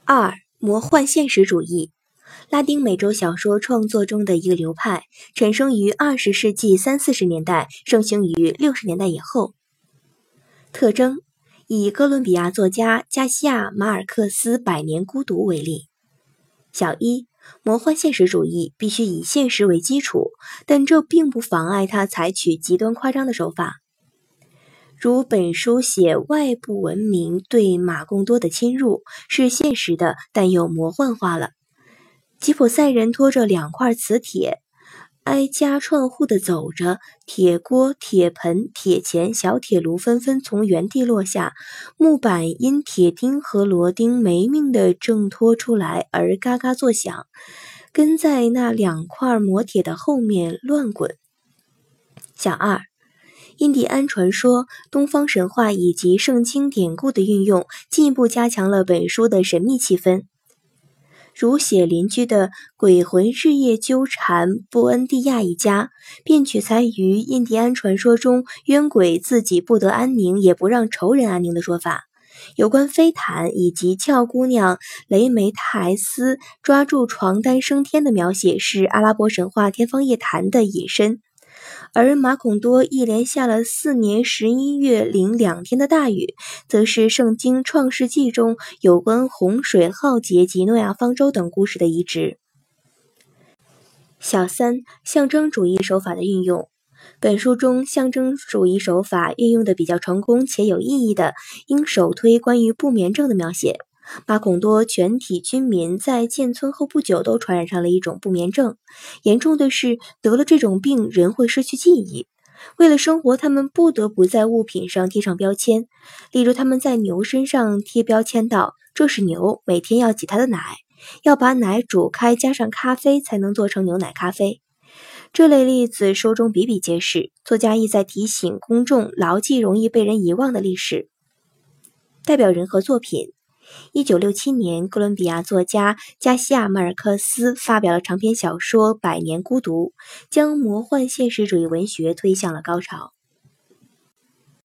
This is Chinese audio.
2. 魔幻现实主义，拉丁美洲小说创作中的一个流派，产生于20世纪30-40年代，盛行于60年代以后。特征：以哥伦比亚作家加西亚·马尔克斯《百年孤独》为例。小一，魔幻现实主义必须以现实为基础，但这并不妨碍他采取极端夸张的手法。如本书写外部文明对马贡多的侵入是现实的，但又魔幻化了。吉普赛人拖着2块磁铁，挨家串户地走着，铁锅、铁盆、铁钱、小铁炉纷纷从原地落下，木板因铁钉和螺钉没命地挣脱出来而嘎嘎作响，跟在那2块磨铁的后面乱滚。小二，印第安传说、东方神话以及圣经典故的运用，进一步加强了本书的神秘气氛。如写邻居的鬼魂日夜纠缠布恩蒂亚一家，便取材于印第安传说中冤鬼自己不得安宁，也不让仇人安宁的说法。有关飞毯以及俏姑娘雷梅泰斯抓住床单升天的描写，是阿拉伯神话天方夜谭的引申。而马孔多一连下了4年11月零2天的大雨，则是圣经创世纪中有关洪水浩劫及诺亚方舟等故事的移植。小三，象征主义手法的运用。本书中象征主义手法运用的比较成功且有意义的，应首推关于不眠症的描写。马孔多全体军民在建村后不久都传染上了一种不眠症，严重的是得了这种病人会失去记忆。为了生活，他们不得不在物品上贴上标签，例如他们在牛身上贴标签道：这是牛，每天要挤它的奶，要把奶煮开加上咖啡才能做成牛奶咖啡。这类例子书中比比皆是，作家意在提醒公众牢记容易被人遗忘的历史。代表人和作品：1967年，哥伦比亚作家加西亚·马尔克斯发表了长篇小说《百年孤独》，将魔幻现实主义文学推向了高潮。